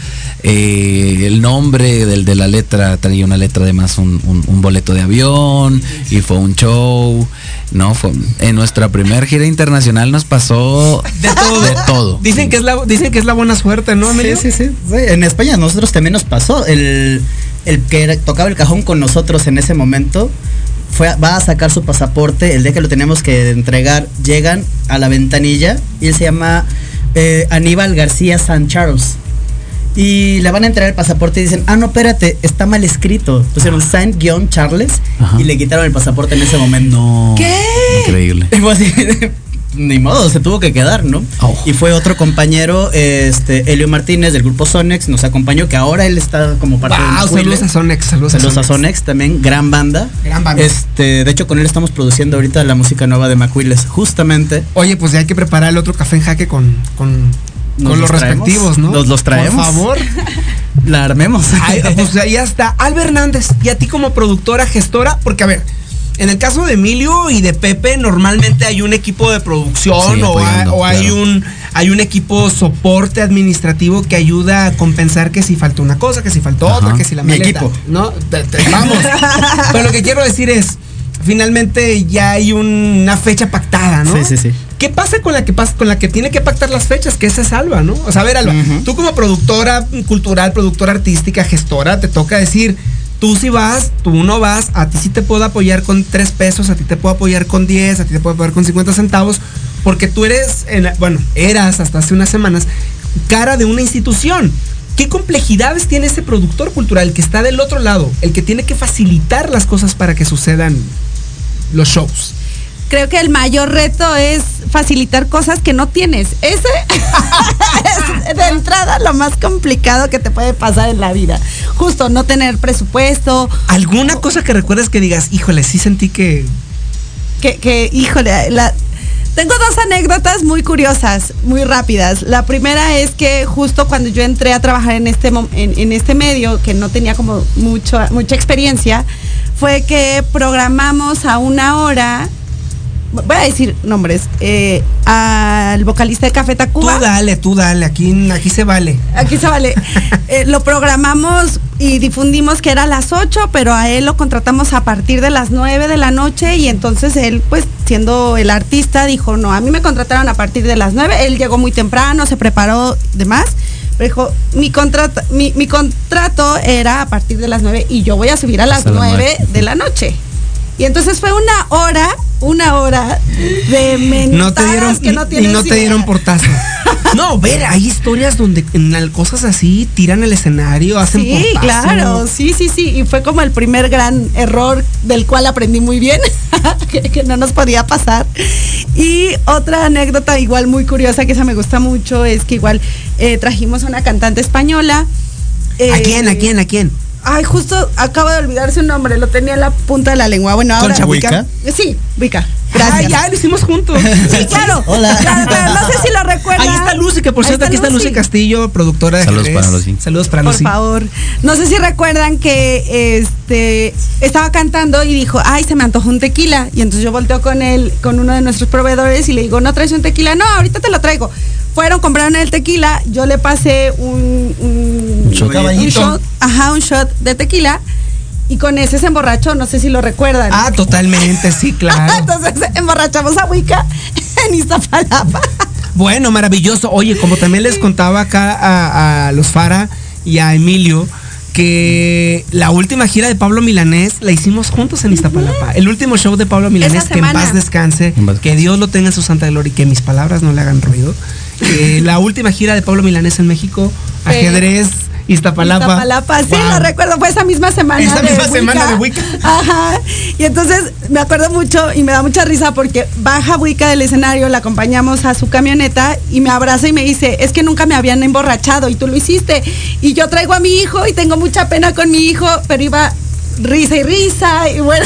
El nombre de la letra traía una letra, además un boleto de avión, y fue un show. No, en nuestra primera gira internacional nos pasó de todo. Dicen que es la buena suerte, ¿no, Emilio? Sí. En España a nosotros también nos pasó. El que tocaba el cajón con nosotros en ese momento va a sacar su pasaporte. El día que lo tenemos que entregar, llegan a la ventanilla y él se llama Aníbal García San Charles. Y le van a entregar el pasaporte y dicen, no, espérate, está mal escrito. Pusieron Saint-Charles y le quitaron el pasaporte en ese momento. No. ¿Qué? Increíble. Y fue así, ni modo, se tuvo que quedar, ¿no? Y fue otro compañero, Elio Martínez del grupo Sonex, nos acompañó, que ahora él está como parte de saludos a Sonex, saludos a Sonex también, gran banda. De hecho, con él estamos produciendo ahorita la música nueva de Macuiles, justamente. Oye, pues ya hay que preparar el otro Café en Jaque con los respectivos, ¿no? Nos los traemos. Por favor. La armemos. Pues ahí está. Alba Hernández, y a ti como productora, gestora, porque a ver, en el caso de Emilio y de Pepe, normalmente hay un equipo de producción, sí, o hay un equipo soporte administrativo que ayuda a compensar que si faltó una cosa, que si faltó otra, que si la maleta. Mi equipo. ¿No? Vamos. Pero lo que quiero decir es, finalmente ya hay una fecha pactada, ¿no? Sí. ¿Qué pasa con la que tiene que pactar las fechas? Que esa es Alba, ¿no? O sea, a ver, Alba, tú como productora cultural, productora artística, gestora, te toca decir, tú sí vas, tú no vas, a ti sí te puedo apoyar con 3 pesos, a ti te puedo apoyar con 10, a ti te puedo apoyar con 50 centavos, porque tú eres, eras hasta hace unas semanas, cara de una institución. ¿Qué complejidades tiene ese productor cultural que está del otro lado, el que tiene que facilitar las cosas para que sucedan los shows? Creo que el mayor reto es facilitar cosas que no tienes. Ese es de entrada lo más complicado que te puede pasar en la vida. Justo no tener presupuesto. ¿Alguna cosa que recuerdes que digas, híjole, sí sentí que híjole, Tengo dos anécdotas muy curiosas, muy rápidas. La primera es que justo cuando yo entré a trabajar en este medio, que no tenía como mucha experiencia, fue que programamos a una hora, voy a decir nombres, al vocalista de Café Tacuba. Tú dale, aquí se vale. Aquí se vale. Lo programamos y difundimos que era a las 8, pero a él lo contratamos a partir de las 9 de la noche y entonces él, pues, siendo el artista, dijo, no, a mí me contrataron a partir de las 9, él llegó muy temprano, se preparó, demás, pero dijo, mi contrato era a partir de las 9 y yo voy a subir a las 9 de la noche. Y entonces fue una hora de mentadas que no tienes no te dieron portazo. No, ver, hay historias donde en cosas así tiran el escenario, hacen portazo. Sí, claro, sí. Y fue como el primer gran error del cual aprendí muy bien, que no nos podía pasar. Y otra anécdota igual muy curiosa, que esa me gusta mucho, es que igual trajimos a una cantante española. ¿A quién? Ay, justo acabo de olvidar su nombre, lo tenía en la punta de la lengua. Bueno, ahora. ¿Concha Wicca? Sí, Wicca. Gracias. Ay, ya lo hicimos juntos. Sí, claro. Hola. Pero no sé si lo recuerdan. Ahí está Lucy, que por cierto, aquí está Lucy Castillo, productora de Saludos Jerez. para Lucy. Saludos para Lucy. Por favor. No sé si recuerdan que estaba cantando y dijo, ay, se me antojó un tequila. Y entonces yo volteo con uno de nuestros proveedores y le digo, ¿no traes un tequila? No, ahorita te lo traigo. Fueron, compraron el tequila, yo le pasé un shot de tequila y con ese se emborrachó, no sé si lo recuerdan. Ah, totalmente, sí, claro. Entonces emborrachamos a Wicca en Iztapalapa. Bueno, maravilloso. Oye, como también les contaba acá a los Fara y a Emilio, que la última gira de Pablo Milanés la hicimos juntos en Iztapalapa. El último show de Pablo Milanés, que en paz descanse, que Dios lo tenga en su santa gloria y que mis palabras no le hagan ruido. La última gira de Pablo Milanés en México, Ajedrez, Iztapalapa. Sí, lo recuerdo, fue esa misma semana. Semana de Wicca. Ajá. Y entonces me acuerdo mucho y me da mucha risa porque baja Wicca del escenario, la acompañamos a su camioneta y me abraza y me dice, es que nunca me habían emborrachado y tú lo hiciste. Y yo traigo a mi hijo y tengo mucha pena con mi hijo, pero iba risa y bueno.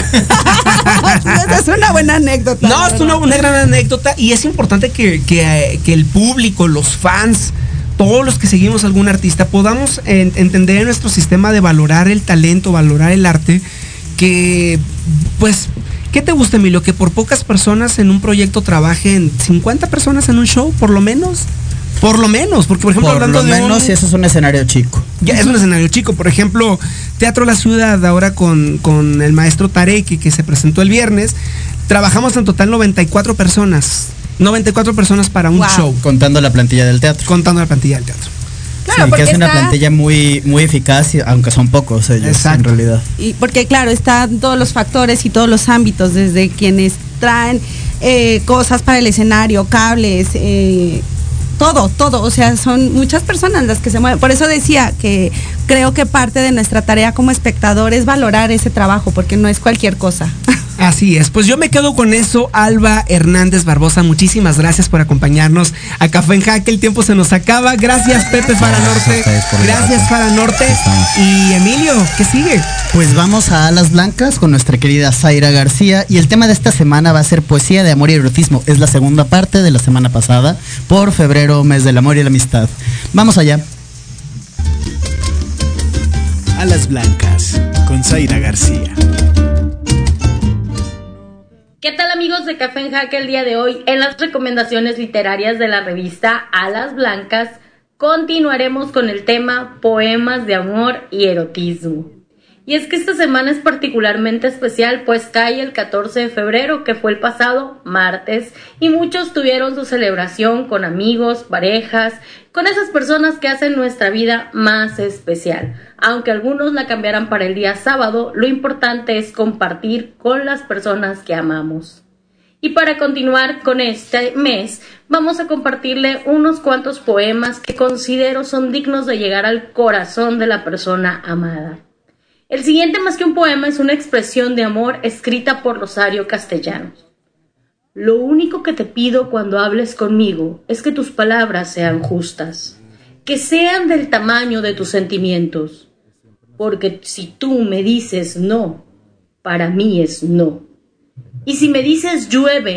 Es una buena anécdota. No, es una gran anécdota y es importante que el público, los fans, todos los que seguimos a algún artista podamos entender en nuestro sistema de valorar el talento, valorar el arte, que pues, ¿qué te gusta, Emilio? Que por pocas personas en un proyecto trabajen 50 personas en un show, por lo menos, porque por ejemplo si eso es un escenario chico. Ya es un escenario chico, por ejemplo, Teatro La Ciudad ahora con el maestro Tarek, que se presentó el viernes, trabajamos en total 94 personas para un show. Contando la plantilla del teatro. Claro, sí, que es una plantilla muy, muy eficaz, aunque son pocos ellos. Exacto. En realidad. Y porque claro, están todos los factores y todos los ámbitos, desde quienes traen cosas para el escenario, cables, todo, o sea, son muchas personas las que se mueven. Por eso decía que creo que parte de nuestra tarea como espectador es valorar ese trabajo, porque no es cualquier cosa. Así es, pues yo me quedo con eso. Alba Hernández Barbosa, muchísimas gracias por acompañarnos a Café en Jaque, el tiempo se nos acaba. Gracias, Pepe Fara Norte. Gracias, Fara Norte. Y Emilio, ¿qué sigue? Pues vamos a Alas Blancas con nuestra querida Zaira García y el tema de esta semana va a ser poesía de amor y erotismo. Es la segunda parte de la semana pasada, por febrero, mes del amor y la amistad. Vamos allá. Alas Blancas con Zaira García. ¿Qué tal, amigos de Café en Jaque? El día de hoy, en las recomendaciones literarias de la revista Alas Blancas, continuaremos con el tema poemas de amor y erotismo. Y es que esta semana es particularmente especial, pues cae el 14 de febrero, que fue el pasado martes, y muchos tuvieron su celebración con amigos, parejas, con esas personas que hacen nuestra vida más especial. Aunque algunos la cambiarán para el día sábado, lo importante es compartir con las personas que amamos. Y para continuar con este mes, vamos a compartirle unos cuantos poemas que considero son dignos de llegar al corazón de la persona amada. El siguiente, más que un poema, es una expresión de amor escrita por Rosario Castellanos. Lo único que te pido cuando hables conmigo es que tus palabras sean justas, que sean del tamaño de tus sentimientos, porque si tú me dices no, para mí es no. Y si me dices llueve,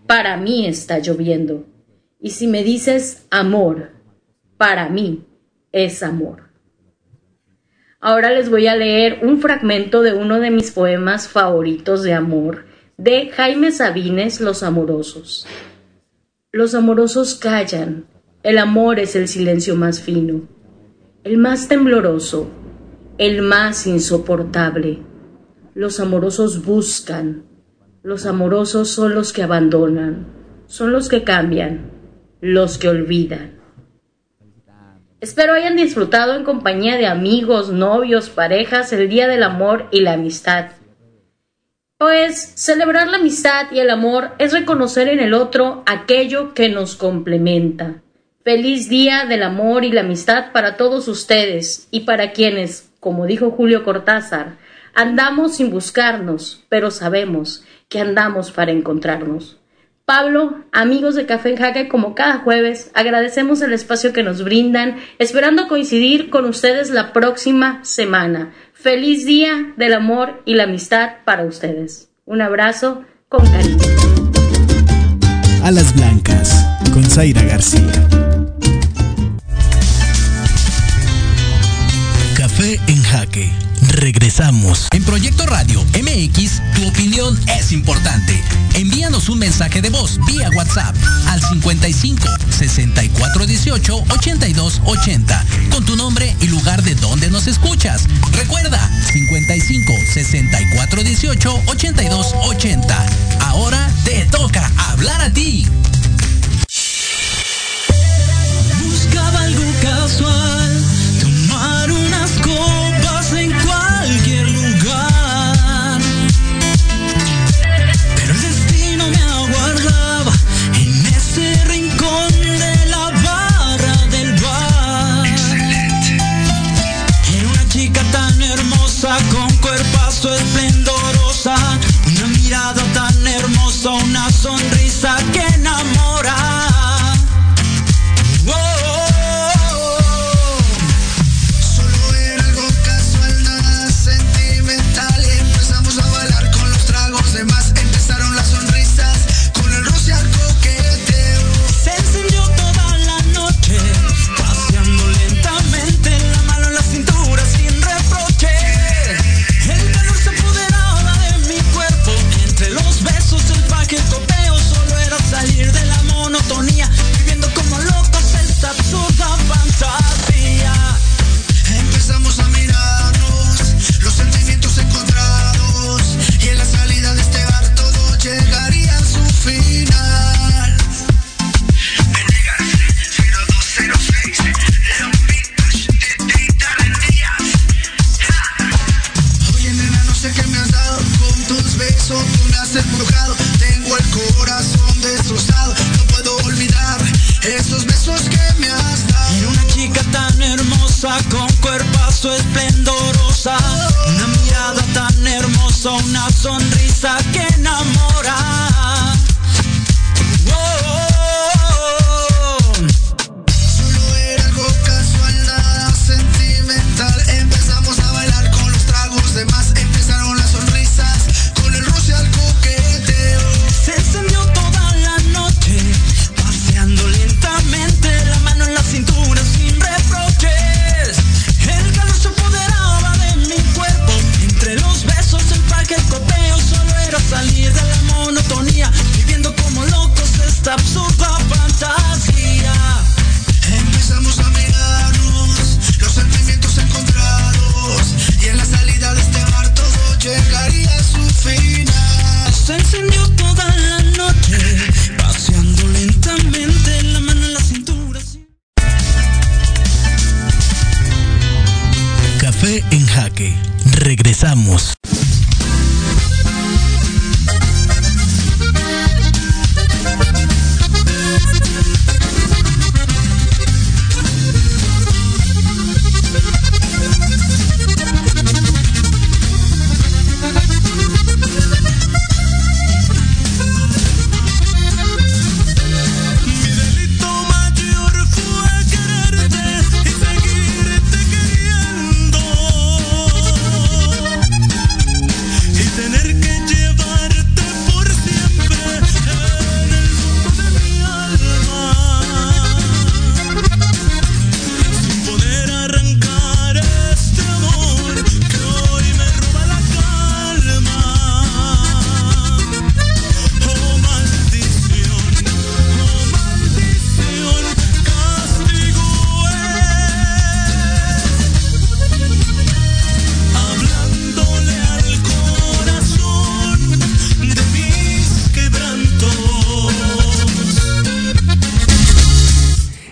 para mí está lloviendo. Y si me dices amor, para mí es amor. Ahora les voy a leer un fragmento de uno de mis poemas favoritos de amor, de Jaime Sabines, Los Amorosos. Los amorosos callan, el amor es el silencio más fino, el más tembloroso, el más insoportable. Los amorosos buscan, los amorosos son los que abandonan, son los que cambian, los que olvidan. Espero hayan disfrutado en compañía de amigos, novios, parejas, el Día del Amor y la Amistad. Pues celebrar la amistad y el amor es reconocer en el otro aquello que nos complementa. Feliz Día del Amor y la Amistad para todos ustedes y para quienes, como dijo Julio Cortázar, andamos sin buscarnos, pero sabemos que andamos para encontrarnos. Pablo, amigos de Café en Jaque, como cada jueves, agradecemos el espacio que nos brindan, esperando coincidir con ustedes la próxima semana. Feliz Día del Amor y la Amistad para ustedes. Un abrazo con cariño. Alas Blancas, con Zaira García. Café en Jaque. Regresamos. En Proyecto Radio MX, tu opinión es importante. Envíanos un mensaje de voz vía WhatsApp al 55 64 18 82 80 con tu nombre y lugar de donde nos escuchas. Recuerda, 55 64 18 82 80. Ahora te toca hablar a ti. Buscaba algo casual, tomar unas copas en cualquier lugar, pero el destino me aguardaba en ese rincón de la barra del bar. Excelente. Era una chica tan hermosa, con cuerpazo esplendorosa, una mirada tan hermosa, una sonrisa que enamora. Viviendo como locos esta absurda fantasía. Empezamos a mirarnos, los sentimientos encontrados, y en la salida de este bar todo llegaría a su final. Venegas 0206, oye nena, no sé qué me has dado, con tus besos tú me has embrujado, tengo el corazón destrozado, esos besos que me has dado. Era una chica tan hermosa, con cuerpazo esplendorosa, una mirada tan hermosa, una sonrisa que enamora. Solo era algo casual, nada sentimental. Empezamos a bailar con los tragos de más, empezaron las sonrisas, con el roce al coqueteo. Se encendió toda la noche, paseando lentamente, la mano en la cintura sin reproches. El calor se apoderaba de mi cuerpo, entre los besos, el parque, el copeo, solo era salir de la monotonía.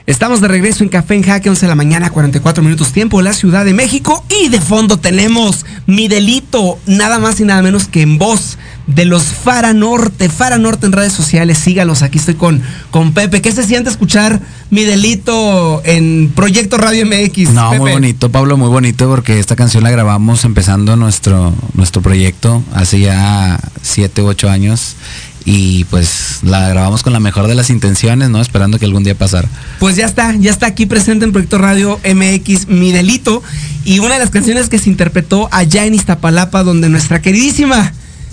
Estamos de regreso en Café en Jaque, 11 de la mañana, 44 minutos tiempo, la Ciudad de México. Y de fondo tenemos Mi Delito, nada más y nada menos que en voz de los Fara Norte. Fara Norte en redes sociales, sígalos, aquí estoy con Pepe. ¿Qué se siente escuchar Mi Delito en Proyecto Radio MX? No, Pepe. muy bonito, Pablo, muy bonito, porque esta canción la grabamos empezando nuestro proyecto hace ya 7 u 8 años. Y pues la grabamos con la mejor de las intenciones, ¿no? Esperando que algún día pasara. Pues ya está aquí presente en Proyecto Radio MX, Mi Delito. Y una de las canciones que se interpretó allá en Iztapalapa, donde nuestra queridísima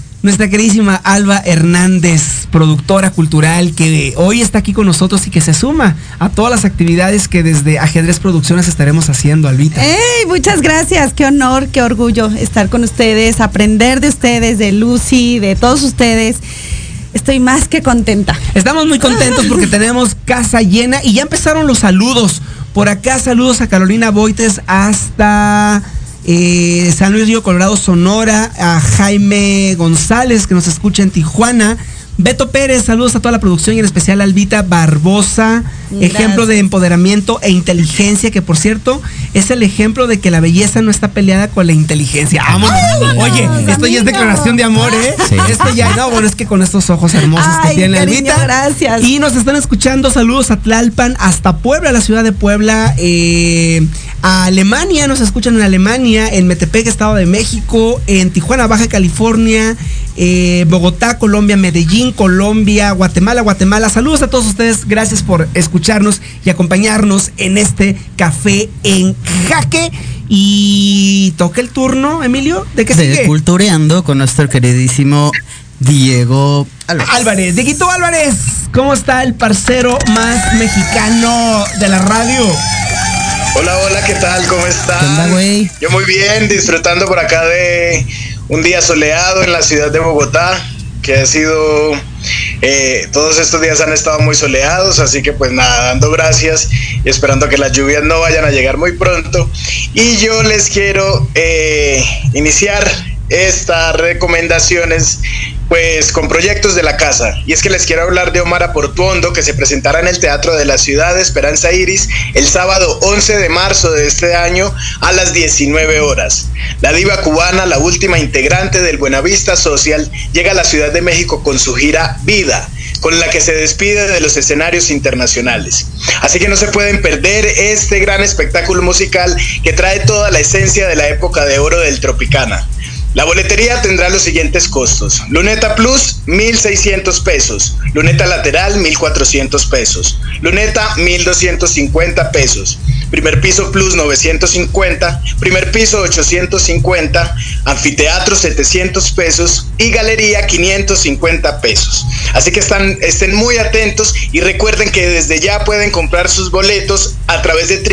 Alba Hernández, productora cultural, que hoy está aquí con nosotros y que se suma a todas las actividades que desde Ajedrez Producciones estaremos haciendo, Albita. ¡Ey! Muchas gracias, qué honor, qué orgullo estar con ustedes, aprender de ustedes, de Lucy, de todos ustedes. Estoy más que contenta. Estamos muy contentos porque tenemos casa llena y ya empezaron los saludos. Por acá saludos a Carolina Boites hasta San Luis Río Colorado, Sonora, a Jaime González que nos escucha en Tijuana, Beto Pérez, saludos a toda la producción y en especial a Albita Barbosa, gracias. Ejemplo de empoderamiento e inteligencia, que por cierto es el ejemplo de que la belleza no está peleada con la inteligencia. ¡Vámonos! Oye, esto ya es declaración de amor, ¿eh? Sí. Esto ya, no, bueno, es que con estos ojos hermosos que tiene Albita. Gracias. Y nos están escuchando, saludos a Tlalpan, hasta Puebla, la ciudad de Puebla, a Alemania, nos escuchan en Alemania, en Metepec, Estado de México, en Tijuana, Baja California, Bogotá, Colombia, Medellín, Colombia, Guatemala. Saludos a todos ustedes, gracias por escucharnos y acompañarnos en este Café en Jaque. Y toca el turno, Emilio, ¿de qué sigue? Cultureando con nuestro queridísimo Diego Álvarez. Dieguito Álvarez, ¿cómo está el parcero más mexicano de la radio? Hola, ¿qué tal? ¿Cómo están? ¿Qué onda, güey? Yo muy bien, disfrutando por acá de un día soleado en la ciudad de Bogotá, que ha sido, todos estos días han estado muy soleados, así que pues nada, dando gracias y esperando que las lluvias no vayan a llegar muy pronto. Y yo les quiero iniciar estas recomendaciones pues con proyectos de la casa, y es que les quiero hablar de Omar Aportuondo, que se presentará en el Teatro de la Ciudad de Esperanza Iris el sábado 11 de marzo de este año a las 19 horas. La diva cubana, la última integrante del Buenavista Social, llega a la Ciudad de México con su gira Vida, con la que se despide de los escenarios internacionales. Así que no se pueden perder este gran espectáculo musical que trae toda la esencia de la época de oro del Tropicana. La boletería tendrá los siguientes costos: Luneta Plus, 1,600 pesos. Luneta Lateral, 1,400 pesos. Luneta, 1,250 pesos. Primer piso Plus, 950. Primer piso, 850. Anfiteatro, 700 pesos. Y galería, 550 pesos. Así que estén muy atentos y recuerden que desde ya pueden comprar sus boletos a través de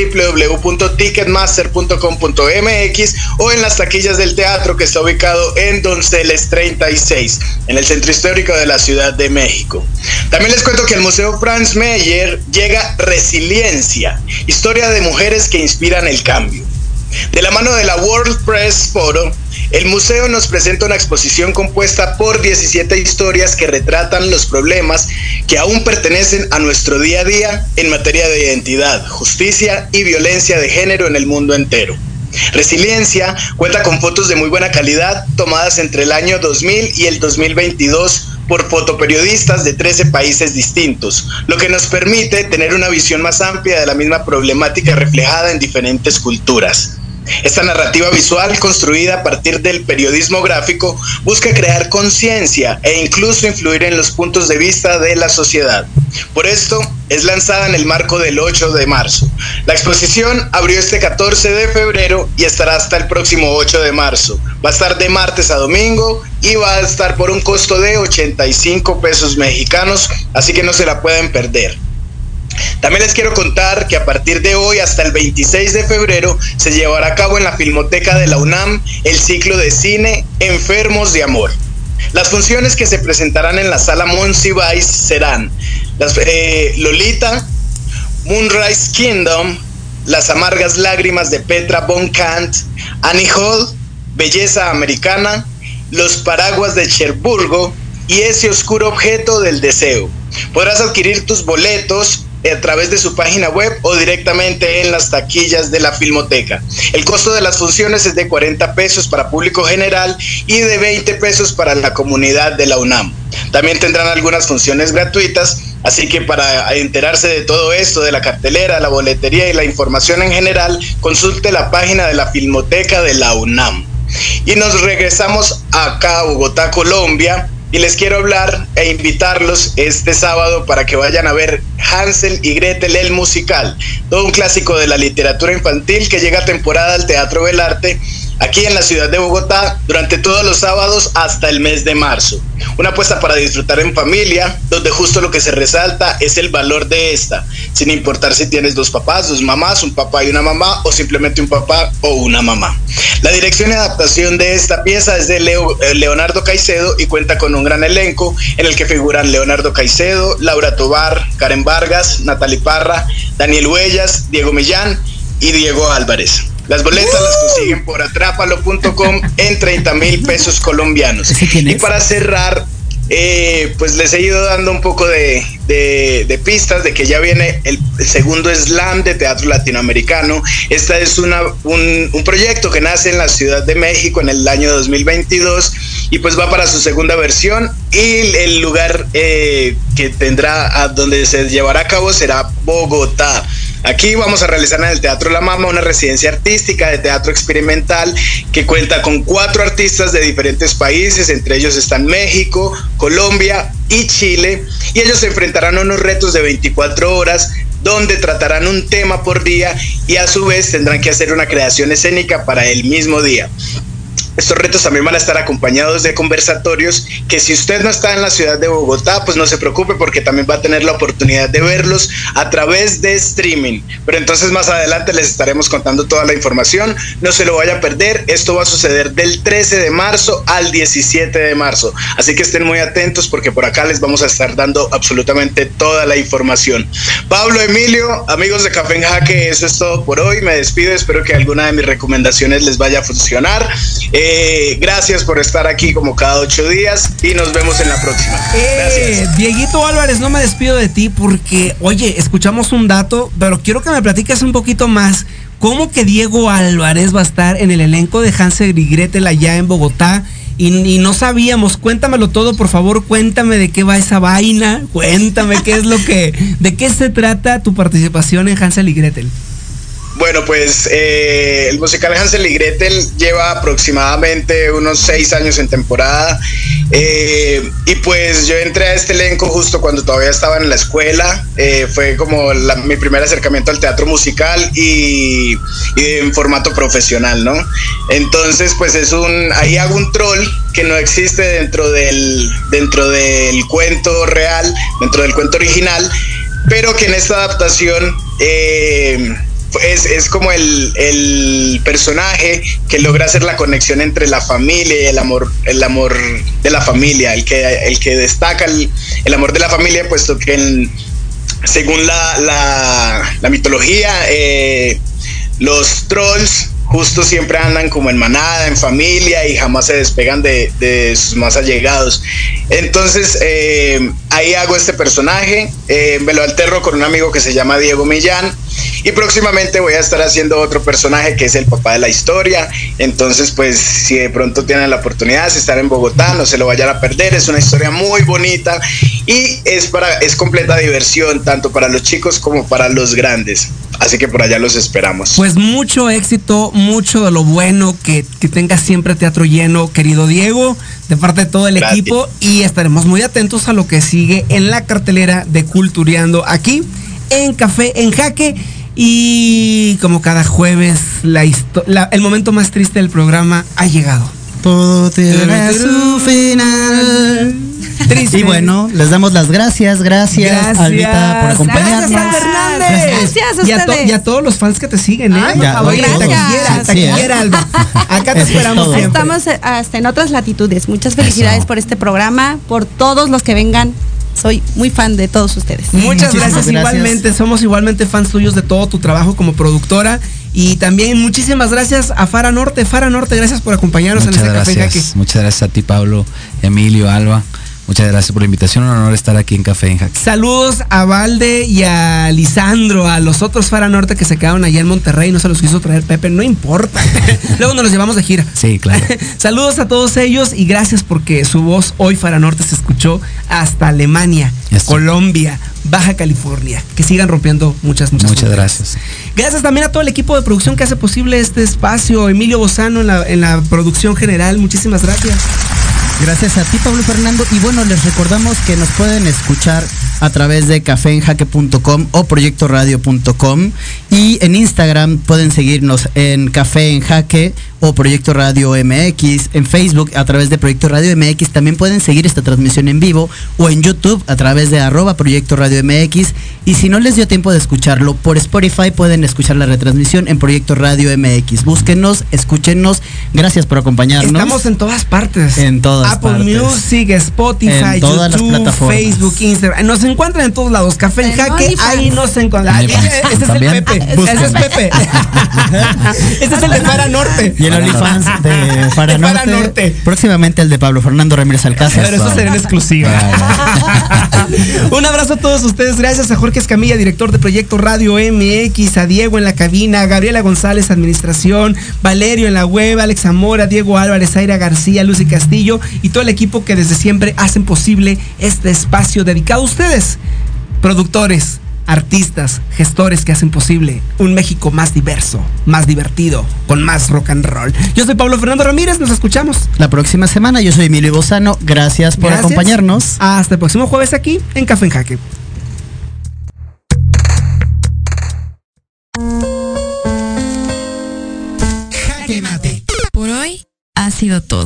www.ticketmaster.com.mx o en las taquillas del teatro, que está ubicado en Donceles 36, en el centro histórico de la Ciudad de México. También les cuento que al Museo Franz Mayer llega Resiliencia, historia de mujeres que inspiran el cambio. De la mano de la World Press Photo, el museo nos presenta una exposición compuesta por 17 historias que retratan los problemas que aún pertenecen a nuestro día a día en materia de identidad, justicia y violencia de género en el mundo entero. Resiliencia cuenta con fotos de muy buena calidad tomadas entre el año 2000 y el 2022 por fotoperiodistas de 13 países distintos, lo que nos permite tener una visión más amplia de la misma problemática reflejada en diferentes culturas. Esta narrativa visual, construida a partir del periodismo gráfico, busca crear conciencia e incluso influir en los puntos de vista de la sociedad. Por esto, es lanzada en el marco del 8 de marzo. La exposición abrió este 14 de febrero y estará hasta el próximo 8 de marzo. Va a estar de martes a domingo y va a estar por un costo de 85 pesos mexicanos, así que no se la pueden perder. También les quiero contar que a partir de hoy hasta el 26 de febrero se llevará a cabo en la Filmoteca de la UNAM el ciclo de cine Enfermos de Amor. Las funciones que se presentarán en la sala Monsiváis serán Lolita, Moonrise Kingdom, Las amargas lágrimas de Petra von Kant, Annie Hall, Belleza americana, Los paraguas de Cherburgo y Ese oscuro objeto del deseo. Podrás adquirir tus boletos a través de su página web o directamente en las taquillas de la Filmoteca. El costo de las funciones es de 40 pesos para público general y de 20 pesos para la comunidad de la UNAM. También tendrán algunas funciones gratuitas, así que para enterarse de todo esto, de la cartelera, la boletería y la información en general, consulte la página de la Filmoteca de la UNAM. Y nos regresamos acá a Bogotá, Colombia, y les quiero hablar e invitarlos este sábado para que vayan a ver Hansel y Gretel el musical, todo un clásico de la literatura infantil que llega a temporada al Teatro Belarte aquí en la ciudad de Bogotá durante todos los sábados hasta el mes de marzo. Una apuesta para disfrutar en familia, donde justo lo que se resalta es el valor de esta, sin importar si tienes dos papás, dos mamás, un papá y una mamá, o simplemente un papá o una mamá. La dirección y adaptación de esta pieza es de Leonardo Caicedo y cuenta con un gran elenco en el que figuran Leonardo Caicedo, Laura Tovar, Karen Vargas, Natalie Parra, Daniel Huellas, Diego Millán y Diego Álvarez. Las boletas las consiguen por atrápalo.com en 30,000 pesos colombianos. Y para cerrar, pues les he ido dando un poco de pistas de que ya viene el segundo slam de teatro latinoamericano. Este es un proyecto que nace en la Ciudad de México en el año 2022 y pues va para su segunda versión, y el lugar que tendrá, a donde se llevará a cabo, será Bogotá. Aquí vamos a realizar en el Teatro La Mama una residencia artística de teatro experimental que cuenta con 4 artistas de diferentes países, entre ellos están México, Colombia y Chile, y ellos se enfrentarán a unos retos de 24 horas donde tratarán un tema por día y a su vez tendrán que hacer una creación escénica para el mismo día. Estos retos también van a estar acompañados de conversatorios que, si usted no está en la ciudad de Bogotá, pues no se preocupe, porque también va a tener la oportunidad de verlos a través de streaming. Pero entonces más adelante les estaremos contando toda la información. No se lo vaya a perder. Esto va a suceder del 13 de marzo al 17 de marzo. Así que estén muy atentos, porque por acá les vamos a estar dando absolutamente toda la información. Pablo, Emilio, amigos de Café en Jaque, eso es todo por hoy. Me despido. Espero que alguna de mis recomendaciones les vaya a funcionar. Gracias por estar aquí como cada 8 días y nos vemos en la próxima. Gracias. Dieguito Álvarez, no me despido de ti porque, oye, escuchamos un dato, pero quiero que me platiques un poquito más. ¿Cómo que Diego Álvarez va a estar en el elenco de Hansel y Gretel allá en Bogotá? Y no sabíamos. Cuéntamelo todo, por favor. Cuéntame de qué va esa vaina. Cuéntame de qué se trata tu participación en Hansel y Gretel. Bueno, pues el musical Hansel y Gretel lleva aproximadamente unos 6 años en temporada, y pues yo entré a este elenco justo cuando todavía estaba en la escuela. Fue como mi primer acercamiento al teatro musical y en formato profesional, ¿no? Entonces pues ahí hago un troll que no existe dentro del cuento real, dentro del cuento original, pero que en esta adaptación es como el personaje que logra hacer la conexión entre la familia y el amor de la familia, el que destaca el amor de la familia, puesto que según la mitología, los trolls justo siempre andan como en manada, en familia, y jamás se despegan de sus más allegados. Entonces ahí hago este personaje, me lo alterno con un amigo que se llama Diego Millán, y próximamente voy a estar haciendo otro personaje que es el papá de la historia. Entonces pues si de pronto tienen la oportunidad de estar en Bogotá, no se lo vayan a perder. Es una historia muy bonita y es completa diversión, tanto para los chicos como para los grandes. Así que por allá los esperamos. Pues mucho éxito, mucho de lo bueno, que tengas siempre teatro lleno, querido Diego, de parte de todo el equipo, y estaremos muy atentos a lo que sigue en la cartelera de Cultureando aquí en Café en Jaque. Y como cada jueves, el momento más triste del programa ha llegado. Todo tiene su final. Triste. Y bueno, les damos las gracias, Albita, por acompañarnos. Gracias a ustedes. Y a todos los fans que te siguen, ¿eh? Ay, por favor, gracias. Taquillera, Alba. Acá te esperamos siempre. Estamos hasta en otras latitudes. Muchas felicidades por este programa, por todos los que vengan. Soy muy fan de todos ustedes. Muchas gracias. Igualmente, somos igualmente fans tuyos de todo tu trabajo como productora. Y también muchísimas gracias a Fara Norte. Fara Norte, gracias por acompañarnos en este Café Jaque. Muchas gracias a ti, Pablo, Emilio, Alba. Muchas gracias por la invitación, un honor estar aquí en Café en Jaque. Saludos a Valde y a Lisandro, a los otros Fara Norte que se quedaron allá en Monterrey, no se los quiso traer Pepe, no importa. Luego nos los llevamos de gira. Sí, claro. Saludos a todos ellos y gracias porque su voz hoy Fara Norte se escuchó hasta Alemania, Colombia, Baja California. Que sigan rompiendo muchas gracias. Gracias también a todo el equipo de producción que hace posible este espacio. Emilio Bozano en la producción general, muchísimas gracias. Gracias a ti, Pablo Fernando. Y bueno, les recordamos que nos pueden escuchar a través de cafeenjaque.com o proyectoradio.com, y en Instagram pueden seguirnos en Café en Jaque o Proyecto Radio MX, en Facebook a través de Proyecto Radio MX. También pueden seguir esta transmisión en vivo o en YouTube a través de @Proyecto Radio MX, y si no les dio tiempo de escucharlo por Spotify pueden escuchar la retransmisión en Proyecto Radio MX. Búsquenos, escúchenos. Gracias por acompañarnos. Estamos en todas partes. En todas Apple partes. Music, Spotify, en todas YouTube, las plataformas. Facebook, Instagram. Nos encuentran en todos lados. Café en Jaque, ahí nos encuentran. Ese es el Pepe. Ese es Pepe. Ese es el de Fara Norte. Y el OnlyFans de Fara Norte. Próximamente el de Pablo Fernando Ramírez Alcázar. Pero eso será en exclusiva. Un abrazo a todos ustedes. Gracias a Jorge Escamilla, director de Proyecto Radio MX, a Diego en la cabina, a Gabriela González, administración, Valerio en la web, Alex Zamora, Diego Álvarez, Zaira García, Lucy Castillo y todo el equipo que desde siempre hacen posible este espacio dedicado a ustedes, productores, artistas, gestores que hacen posible un México más diverso, más divertido, con más rock and roll. Yo soy Pablo Fernando Ramírez, nos escuchamos la próxima semana. Yo soy Emilio Bozano, gracias por acompañarnos. Hasta el próximo jueves aquí en Café en Jaque. Jaque Mate. Por hoy ha sido todo.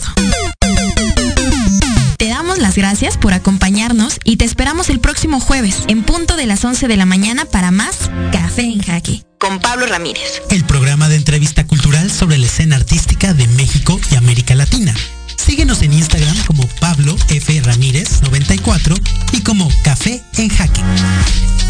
Te damos las gracias por acompañarnos y te esperamos el próximo jueves en punto de las 11 de la mañana para más Café en Jaque con Pablo Ramírez. El programa de entrevista cultural sobre la escena artística de México y América Latina. Síguenos en Instagram como Pablo F. Ramírez 94 y como Café en Jaque.